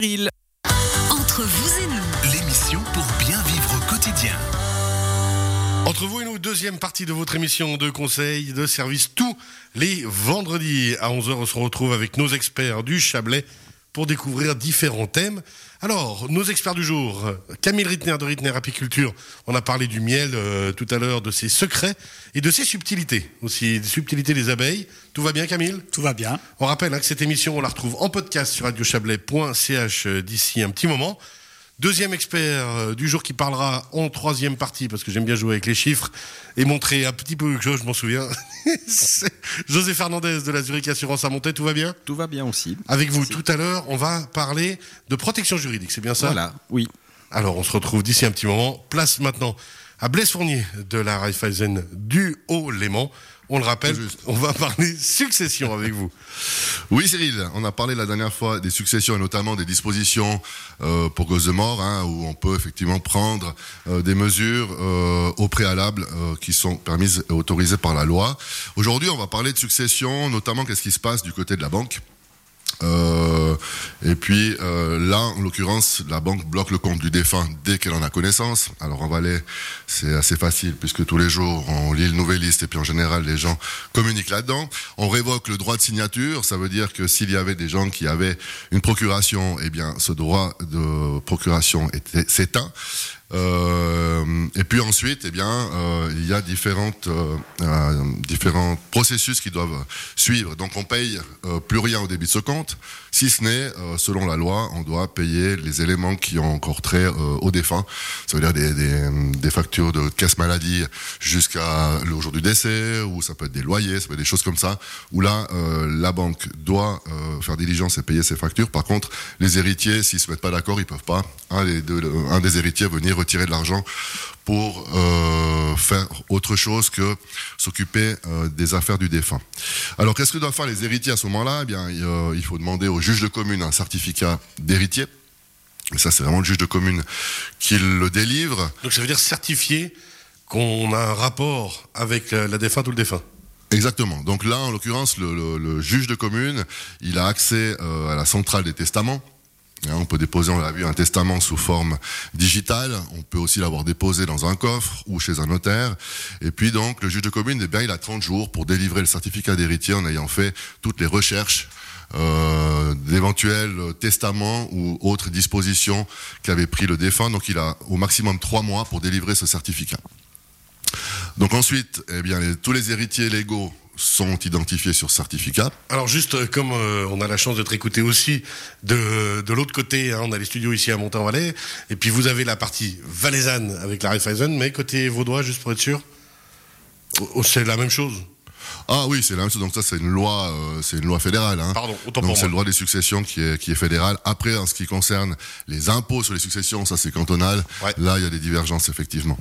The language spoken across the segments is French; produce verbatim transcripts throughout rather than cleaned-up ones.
Il... Entre vous et nous, L'émission pour bien vivre au quotidien. Entre vous et nous, deuxième partie de votre émission de conseils de service tous les vendredis. À onze heures, on se retrouve avec nos experts du Chablais pour découvrir différents thèmes. Alors, nos experts du jour, Camille Rittner de Rittner Apiculture. On a parlé du miel euh, tout à l'heure, de ses secrets et de ses subtilités. Aussi, des subtilités des abeilles. Tout va bien, Camille ? Tout va bien. On rappelle hein, que cette émission, on la retrouve en podcast sur radio chablais point c h euh, d'ici un petit moment. Deuxième expert euh, du jour qui parlera en troisième partie, parce que j'aime bien jouer avec les chiffres et montrer un petit peu quelque chose, je m'en souviens. C'est José Fernandez de la Zurich Assurance à Montaix, tout va bien ? Tout va bien aussi. Avec vous, Merci. tout à l'heure, on va parler de protection juridique, c'est bien ça ? Voilà, oui. Alors, on se retrouve d'ici un petit moment. Place maintenant à Blaise Fournier de la Raiffeisen du Haut-Léman. On le rappelle, on va parler succession avec vous. Oui Cyril, on a parlé la dernière fois des successions et notamment des dispositions euh, pour cause de mort, hein, où on peut effectivement prendre euh, des mesures euh, au préalable euh, qui sont permises et autorisées par la loi. Aujourd'hui, on va parler de succession, notamment qu'est-ce qui se passe du côté de la banque. Euh, et puis euh, là, en l'occurrence, la banque bloque le compte du défunt dès qu'elle en a connaissance. Alors en Valais, c'est assez facile puisque tous les jours on lit une nouvelle liste et puis en général les gens communiquent là-dedans. On révoque le droit de signature, ça veut dire que s'il y avait des gens qui avaient une procuration, eh bien ce droit de procuration était s'éteint. Euh, et puis ensuite, eh bien, euh, il y a différentes, euh, euh, différents processus qui doivent suivre. Donc, on paye euh, plus rien au débit de ce compte, si ce n'est, euh, selon la loi, on doit payer les éléments qui ont encore trait euh, au défunt. Ça veut dire des, des, des factures de caisse maladie jusqu'à le jour du décès, ou ça peut être des loyers, ça peut être des choses comme ça, où là, euh, la banque doit euh, faire diligence et payer ses factures. Par contre, les héritiers, s'ils se mettent pas d'accord, ils peuvent pas. Un des, deux, un des héritiers venir retirer de l'argent pour euh, faire autre chose que s'occuper euh, des affaires du défunt. Alors, qu'est-ce que doivent faire les héritiers à ce moment-là ? Eh bien, euh, il faut demander au juge de commune un certificat d'héritier. Et ça, c'est vraiment le juge de commune qui le délivre. Donc ça veut dire certifier qu'on a un rapport avec la défunte ou le défunt. Exactement. Donc là, en l'occurrence, le, le, le juge de commune, il a accès euh, à la centrale des testaments. On peut déposer, on l'a vu, un testament sous forme digitale. On peut aussi l'avoir déposé dans un coffre ou chez un notaire. Et puis donc, le juge de commune, eh bien, il a trente jours pour délivrer le certificat d'héritier en ayant fait toutes les recherches euh, d'éventuels testaments ou autres dispositions qu'avait pris le défunt. Donc, il a au maximum trois mois pour délivrer ce certificat. Donc ensuite, eh bien, les, tous les héritiers légaux sont identifiés sur certificat. Alors juste euh, comme euh, on a la chance d'être écouté aussi de, de l'autre côté, hein, on a les studios ici à Montaix-en-Valais, et puis vous avez la partie valaisanne avec la Raiffeisen, mais côté vaudois, juste pour être sûr, oh, c'est la même chose. Ah oui, c'est la même chose. Donc ça, c'est une loi, euh, c'est une loi fédérale. Hein. Pardon, autant Donc pour c'est moi. le droit des successions qui est qui est fédéral. Après, en ce qui concerne les impôts sur les successions, ça c'est cantonal. Ouais. Là, il y a des divergences effectivement.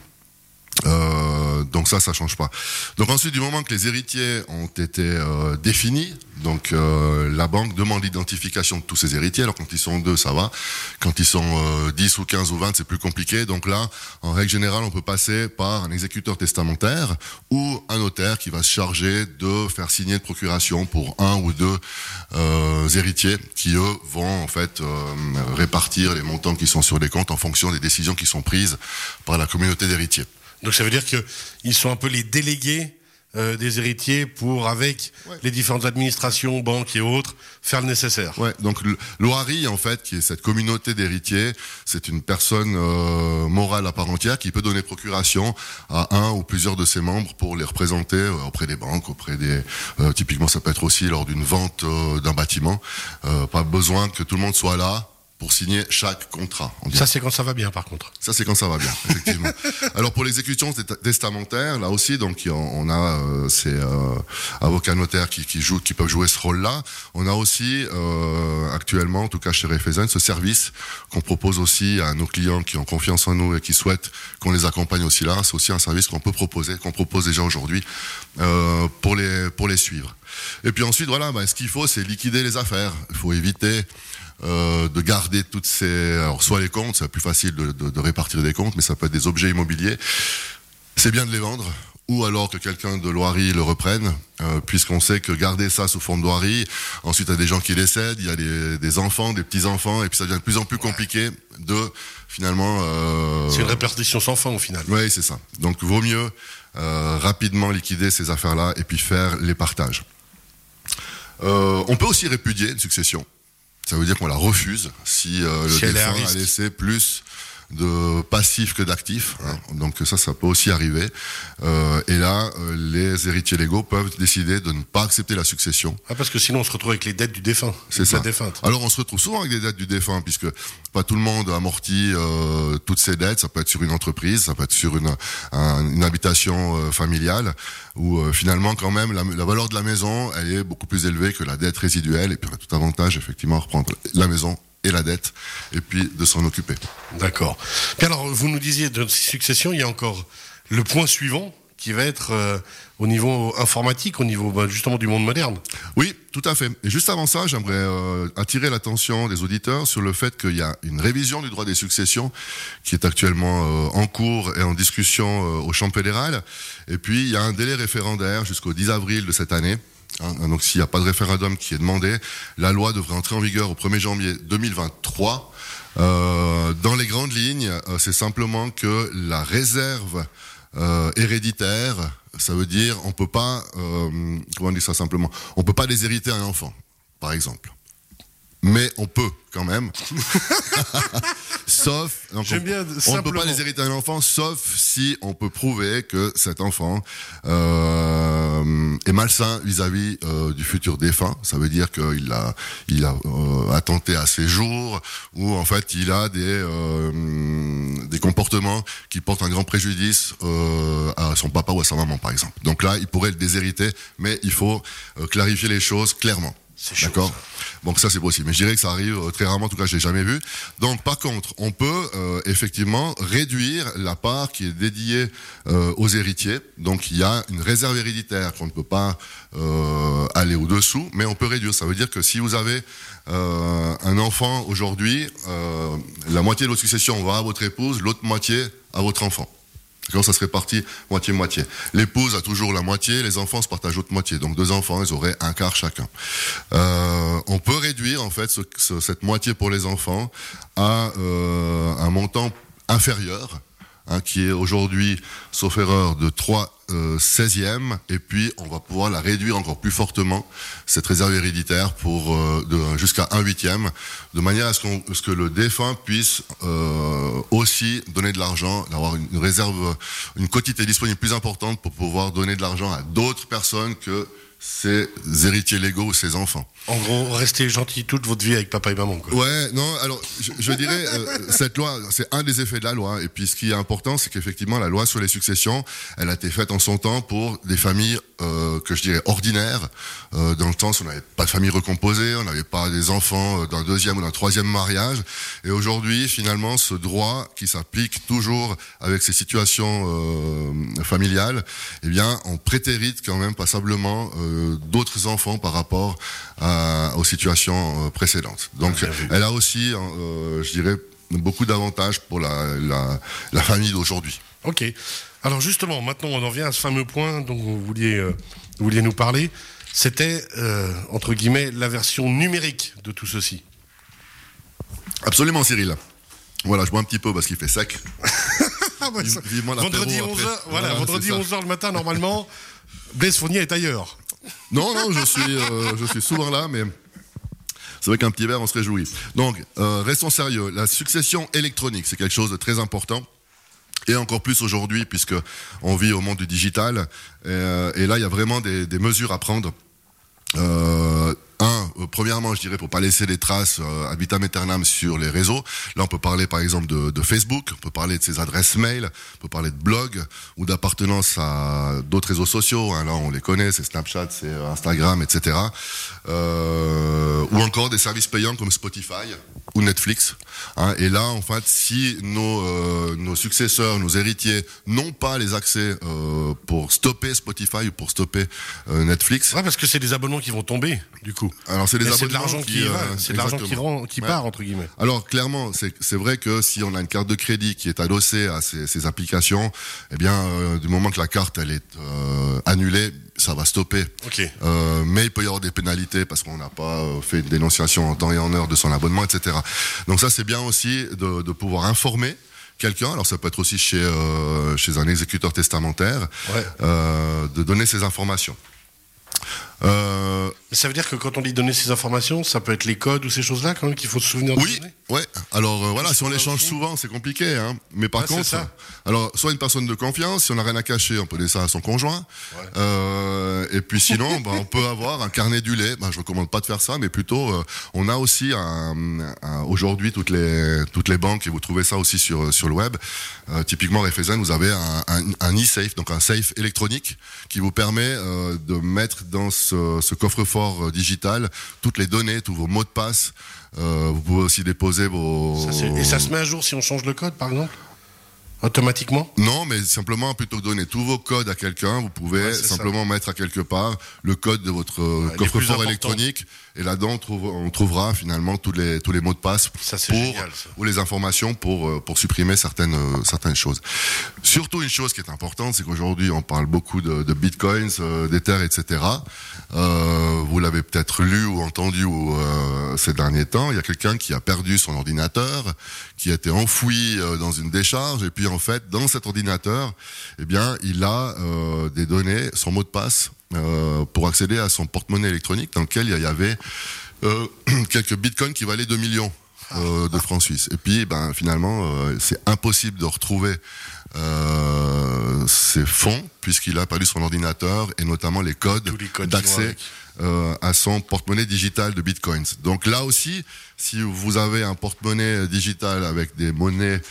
Euh, donc ça, ça change pas. Donc ensuite, du moment que les héritiers ont été euh, définis, donc euh, la banque demande l'identification de tous ces héritiers. Alors quand ils sont deux, ça va. Quand ils sont euh, dix ou quinze ou vingt, c'est plus compliqué. Donc là, en règle générale, on peut passer par un exécuteur testamentaire ou un notaire qui va se charger de faire signer de procuration pour un ou deux euh, héritiers qui, eux, vont en fait euh, répartir les montants qui sont sur les comptes en fonction des décisions qui sont prises par la communauté d'héritiers. Donc ça veut dire qu'ils sont un peu les délégués euh, des héritiers pour, avec Ouais. les différentes administrations, banques et autres, faire le nécessaire. Ouais, donc l'O A R I, en fait, qui est cette communauté d'héritiers, c'est une personne euh, morale à part entière qui peut donner procuration à un ou plusieurs de ses membres pour les représenter euh, auprès des banques, auprès des... Euh, typiquement, ça peut être aussi lors d'une vente euh, d'un bâtiment. Euh, pas besoin que tout le monde soit là pour signer chaque contrat. On dit. Ça, c'est quand ça va bien, par contre. Ça, c'est quand ça va bien, effectivement. Alors, pour l'exécution testamentaire, là aussi, donc, on a euh, ces euh, avocats notaires qui, qui jouent, qui peuvent jouer ce rôle-là. On a aussi, euh, actuellement, en tout cas chez Raiffeisen, ce service qu'on propose aussi à nos clients qui ont confiance en nous et qui souhaitent qu'on les accompagne aussi là. C'est aussi un service qu'on peut proposer, qu'on propose déjà aujourd'hui, euh, pour les, pour les suivre. Et puis ensuite, voilà, bah, ce qu'il faut, c'est liquider les affaires. Il faut éviter Euh, de garder toutes ces... Alors, soit les comptes, c'est plus facile de, de, de répartir des comptes, mais ça peut être des objets immobiliers. C'est bien de les vendre, ou alors que quelqu'un de Loirie le reprenne, euh, puisqu'on sait que garder ça sous forme d'Loirie, ensuite il y a des gens qui décèdent, il y a les, des enfants, des petits-enfants, et puis ça devient de plus en plus compliqué de, finalement... Euh... C'est une répartition sans fin au final. Oui, c'est ça. Donc vaut mieux euh, rapidement liquider ces affaires-là et puis faire les partages. Euh, on peut aussi répudier une succession. Ça veut dire qu'on la refuse si euh, le si défunt a laissé plus de passifs que d'actifs. Hein. Donc ça, ça peut aussi arriver. Euh, et là, euh, les héritiers légaux peuvent décider de ne pas accepter la succession. Ah, parce que sinon on se retrouve avec les dettes du défunt. C'est ça. Défunte. Alors on se retrouve souvent avec des dettes du défunt, puisque pas tout le monde amortit euh, toutes ses dettes. Ça peut être sur une entreprise, ça peut être sur une, un, une habitation euh, familiale, où euh, finalement quand même la, la valeur de la maison, elle est beaucoup plus élevée que la dette résiduelle. Et puis on a tout avantage effectivement à reprendre la maison et la dette, et puis de s'en occuper. D'accord. Puis alors, vous nous disiez de succession, il y a encore le point suivant qui va être euh, au niveau informatique, au niveau bah, justement du monde moderne. Oui, tout à fait. Et juste avant ça, j'aimerais euh, attirer l'attention des auditeurs sur le fait qu'il y a une révision du droit des successions qui est actuellement euh, en cours et en discussion euh, au champ fédéral. Et puis, il y a un délai référendaire jusqu'au dix avril de cette année. Hein, donc s'il n'y a pas de référendum qui est demandé, la loi devrait entrer en vigueur au premier janvier deux mille vingt-trois. Euh, dans les grandes lignes, euh, c'est simplement que la réserve euh, héréditaire, ça veut dire on peut pas, euh, comment on dit ça simplement, on peut pas déshériter un enfant, par exemple. Mais on peut quand même, sauf donc J'aime on, bien, on ne peut pas déshériter un enfant, sauf si on peut prouver que cet enfant euh, est malsain vis-à-vis euh, du futur défunt. Ça veut dire qu'il a, il a euh, attenté à ses jours, ou en fait il a des euh, des comportements qui portent un grand préjudice euh, à son papa ou à sa maman, par exemple. Donc là, il pourrait le déshériter, mais il faut euh, clarifier les choses clairement. C'est chaud, d'accord. ça. Donc ça c'est possible, mais je dirais que ça arrive très rarement. En tout cas, je l'ai jamais vu. Donc par contre, on peut euh, effectivement réduire la part qui est dédiée euh, aux héritiers. Donc il y a une réserve héréditaire qu'on ne peut pas euh, aller au-dessous, mais on peut réduire. Ça veut dire que si vous avez euh, un enfant aujourd'hui, euh, la moitié de votre succession va à votre épouse, l'autre moitié à votre enfant. Quand ça se répartit moitié-moitié. L'épouse a toujours la moitié, les enfants se partagent l'autre moitié. Donc deux enfants, ils auraient un quart chacun. Euh, on peut réduire en fait ce, ce, cette moitié pour les enfants à euh, un montant inférieur, hein, qui est aujourd'hui, sauf erreur, de trois seizièmes, et puis on va pouvoir la réduire encore plus fortement, cette réserve héréditaire, pour euh, de, jusqu'à un huitième, de manière à ce, qu'on, ce que le défunt puisse euh, aussi donner de l'argent, avoir une, une réserve, une quotité disponible plus importante pour pouvoir donner de l'argent à d'autres personnes que ses héritiers légaux ou ses enfants. En gros, restez gentil toute votre vie avec papa et maman, quoi. Ouais, non, alors, je, je dirais, euh, cette loi, c'est un des effets de la loi. Et puis, ce qui est important, c'est qu'effectivement, la loi sur les successions, elle a été faite en son temps pour des familles, euh, que je dirais ordinaires, euh, dans le sens où on n'avait pas de famille recomposée, on n'avait pas des enfants d'un deuxième ou d'un troisième mariage. Et aujourd'hui, finalement, ce droit qui s'applique toujours avec ces situations euh, familiales, eh bien, on prétérite quand même passablement euh, d'autres enfants par rapport à, aux situations euh, précédentes. Donc, ah, elle a aussi, euh, je dirais, beaucoup d'avantages pour la, la, la famille d'aujourd'hui. Ok. Alors justement, maintenant on en vient à ce fameux point dont vous vouliez, euh, vous vouliez nous parler. C'était, euh, entre guillemets, la version numérique de tout ceci. Absolument, Cyril. Voilà, je bois un petit peu parce qu'il fait sec. Ah bah, ça... Vivement vendredi onze heures, voilà, voilà, vendredi onze heures le matin, normalement, Blaise Fournier est ailleurs. Non, non, je suis, euh, je suis souvent là, mais... c'est vrai qu'un petit verre, on se réjouit. Donc, euh, restons sérieux. La succession électronique, c'est quelque chose de très important. Et encore plus aujourd'hui, puisque on vit au monde du digital. Et, euh, et là, il y a vraiment des, des mesures à prendre. Euh, un, euh, premièrement, je dirais, pour pas laisser des traces euh, ad vitam aeternam sur les réseaux. Là, on peut parler, par exemple, de, de Facebook, on peut parler de ses adresses mail, on peut parler de blog ou d'appartenance à d'autres réseaux sociaux. Hein. Là, on les connaît, c'est Snapchat, c'est Instagram, et cetera. Euh, ou encore des services payants comme Spotify ou Netflix. Hein. Et là, en fait, si nos, euh, nos successeurs, nos héritiers n'ont pas les accès euh, pour stopper Spotify ou pour stopper euh, Netflix... Ouais, parce que c'est des abonnements qui vont tomber, du coup. Alors c'est des Mais abonnements c'est de l'argent qui, qui, euh, va, c'est de l'argent qui, rend, qui Ouais. part, entre guillemets. Alors clairement, c'est, c'est vrai que si on a une carte de crédit qui est adossée à ces, ces applications, eh bien, euh, du moment que la carte elle est euh, annulée, ça va stopper. Ok. Euh, mais il peut y avoir des pénalités parce qu'on n'a pas euh, fait une dénonciation en temps et en heure de son abonnement, et cetera. Donc ça, c'est bien aussi de, de pouvoir informer quelqu'un. Alors ça peut être aussi chez euh, chez un exécuteur testamentaire, Ouais. euh, de donner ces informations. Euh, Mais ça veut dire que quand on dit donner ces informations, ça peut être les codes ou ces choses-là quand même qu'il faut se souvenir de Oui, donner. ouais. Alors euh, voilà, si on Là les change aussi. souvent, c'est compliqué. Hein. Mais par Ouais, c'est contre, ça. alors soit une personne de confiance, si on n'a rien à cacher, on peut donner ça à son conjoint. Ouais. Euh, et puis sinon, bah, on peut avoir un carnet du lait. Bah, je recommande pas de faire ça, mais plutôt, euh, on a aussi un, un- aujourd'hui toutes les toutes les banques et vous trouvez ça aussi sur sur le web. Euh, typiquement, Raiffeisen, vous avez un, un, un e-safe, donc un safe électronique qui vous permet euh, de mettre dans ce, ce coffre-fort euh, digital toutes les données, tous vos mots de passe. Euh, vous pouvez aussi déposer vos... Ça, c'est- et ça se met à jour si on change le code, par exemple, automatiquement. Non, mais simplement, plutôt que donner tous vos codes à quelqu'un, vous pouvez Ouais, c'est simplement mettre à quelque part le code de votre euh, les plus coffre-fort importants. électronique. Et là-dedans, on, trouve- on trouvera finalement tous les, tous les mots de passe Ça, c'est pour, génial, ça. ou les informations pour, euh, pour supprimer certaines, euh, certaines choses. Surtout, une chose qui est importante, c'est qu'aujourd'hui, on parle beaucoup de, de bitcoins, euh, d'Ether, et cetera. Euh, vous l'avez peut-être lu ou entendu ou, euh, ces derniers temps. Il y a quelqu'un qui a perdu son ordinateur, qui a été enfoui euh, dans une décharge, et puis en fait, dans cet ordinateur, eh bien, il a euh, des données, son mot de passe, euh, pour accéder à son porte-monnaie électronique, dans lequel il y avait euh, quelques bitcoins qui valaient deux millions euh, de francs suisses. Et puis, ben, finalement, euh, c'est impossible de retrouver euh, ces fonds, puisqu'il a perdu son ordinateur et notamment les codes, Tous les codes qui vont d'accès avec. euh, à son porte-monnaie digital de bitcoins. Donc là aussi, si vous avez un porte-monnaie digital avec des monnaies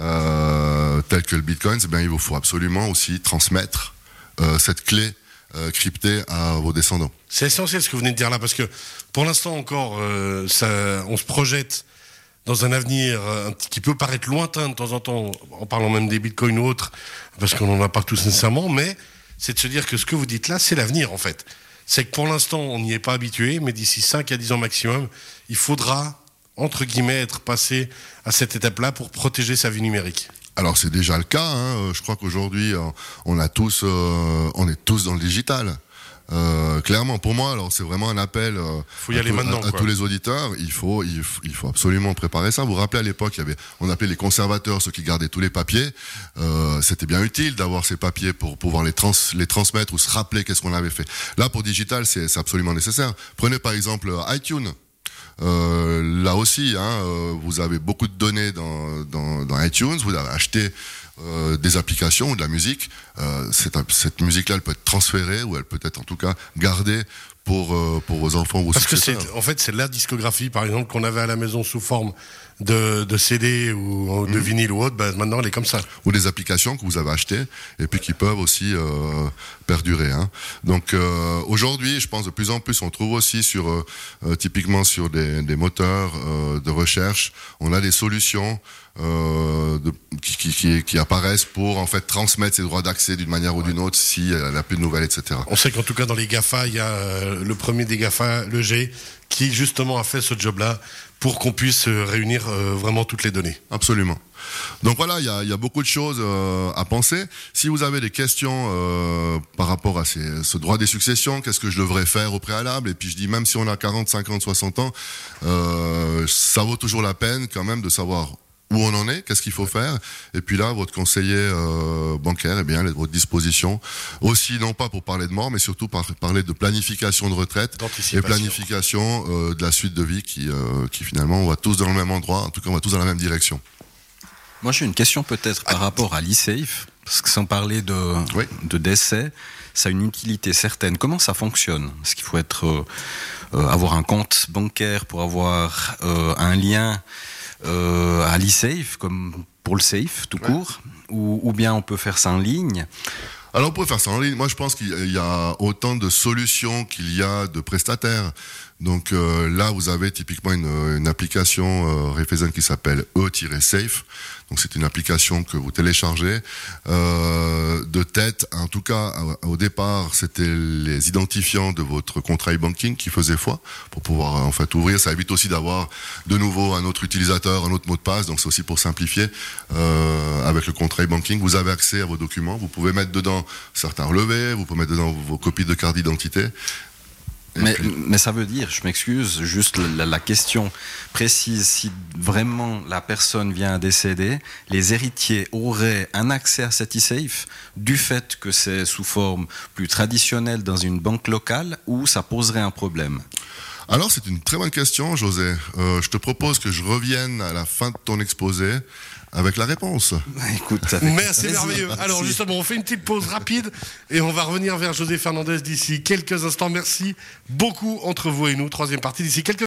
euh, telles que le bitcoin, eh bien, il vous faut absolument aussi transmettre euh, cette clé euh, cryptée à vos descendants. C'est essentiel ce que vous venez de dire là, parce que pour l'instant encore, euh, ça, on se projette dans un avenir euh, qui peut paraître lointain de temps en temps, en parlant même des bitcoins ou autres, parce qu'on n'en a pas tous nécessairement, mais c'est de se dire que ce que vous dites là, c'est l'avenir en fait. C'est que pour l'instant, on n'y est pas habitué, mais d'ici cinq à dix ans maximum, il faudra, entre guillemets, être passé à cette étape-là pour protéger sa vie numérique. Alors c'est déjà le cas. Hein. Je crois qu'aujourd'hui, euh, on a tous, euh, on est tous dans le digital. Euh, clairement, pour moi, alors c'est vraiment un appel euh, Faut y à, aller tout- maintenant, à- à quoi. tous les auditeurs. Il faut, il, faut- il faut absolument préparer ça. Vous vous rappelez à l'époque, il y avait, on appelait les conservateurs ceux qui gardaient tous les papiers. Euh, c'était bien utile d'avoir ces papiers pour pouvoir les, trans, les transmettre ou se rappeler qu'est-ce qu'on avait fait. Là, pour digital, c'est, c'est absolument nécessaire. Prenez par exemple iTunes. Euh, là aussi, hein, euh, vous avez beaucoup de données dans, dans, dans iTunes. Vous avez acheté euh, des applications ou de la musique. Euh, cette, cette musique-là, elle peut être transférée ou elle peut être en tout cas gardée pour pour, pour vos enfants ou vos Parce que c'est, successeurs. en fait, c'est la discographie, par exemple, qu'on avait à la maison sous forme de, de C D ou de Mmh. vinyle ou autre, ben, maintenant elle est comme ça. Ou des applications que vous avez achetées et puis qui peuvent aussi euh, perdurer. Hein. Donc euh, aujourd'hui, je pense de plus en plus, on trouve aussi sur euh, euh, typiquement sur des, des moteurs euh, de recherche, on a des solutions euh, de, qui, qui, qui, qui apparaissent pour en fait transmettre ces droits d'accès d'une manière ou d'une autre si elle n'a plus de nouvelles, et cetera. On sait qu'en tout cas dans les GAFA, il y a euh, le premier des GAFA, le G, qui justement a fait ce job-là pour qu'on puisse euh, réunir euh, vraiment toutes les données. Absolument. Donc voilà, il y a, il y a beaucoup de choses euh, à penser. Si vous avez des questions euh, par rapport à ces, ce droit des successions, qu'est-ce que je devrais faire au préalable? Et puis je dis, même si on a quarante, cinquante, soixante ans, euh, ça vaut toujours la peine quand même de savoir où on en est, qu'est-ce qu'il faut faire. Et puis là, votre conseiller euh, bancaire, eh bien, est à votre disposition. Aussi, non pas pour parler de mort, mais surtout par parler de planification de retraite D'anticipation. et planification euh, de la suite de vie qui, euh, qui finalement, on va tous dans le même endroit. En tout cas, on va tous dans la même direction. Moi, j'ai une question peut-être par rapport à l'e-safe, parce que sans parler de, Oui. de décès, ça a une utilité certaine. Comment ça fonctionne? Est-ce qu'il faut être, euh, euh, avoir un compte bancaire pour avoir euh, un lien euh, à l'e-safe, comme pour le safe tout court, ou, ou bien on peut faire ça en ligne? Alors, on peut faire ça en ligne. Moi, je pense qu'il y a autant de solutions qu'il y a de prestataires. Donc euh, là, vous avez typiquement une, une application euh, Raiffeisen qui s'appelle E-Safe. Donc c'est une application que vous téléchargez euh, de tête. En tout cas, au départ, c'était les identifiants de votre contrat e-banking qui faisaient foi pour pouvoir en fait ouvrir. Ça évite aussi d'avoir de nouveau un autre utilisateur, un autre mot de passe. Donc c'est aussi pour simplifier. Euh, avec le contrat e-banking, vous avez accès à vos documents. Vous pouvez mettre dedans certains relevés, vous pouvez mettre dedans vos copies de carte d'identité. Mais, mais ça veut dire, je m'excuse, juste la, la question précise, si vraiment la personne vient à décéder, les héritiers auraient un accès à cet e-safe du fait que c'est sous forme plus traditionnelle dans une banque locale ou ça poserait un problème? Alors c'est une très bonne question, José. Euh, je te propose que je revienne à la fin de ton exposé avec la réponse. Écoute, mais c'est merveilleux. Merci. Alors justement, on fait une petite pause rapide et on va revenir vers José Fernandez d'ici quelques instants. Merci beaucoup entre vous et nous. Troisième partie d'ici quelques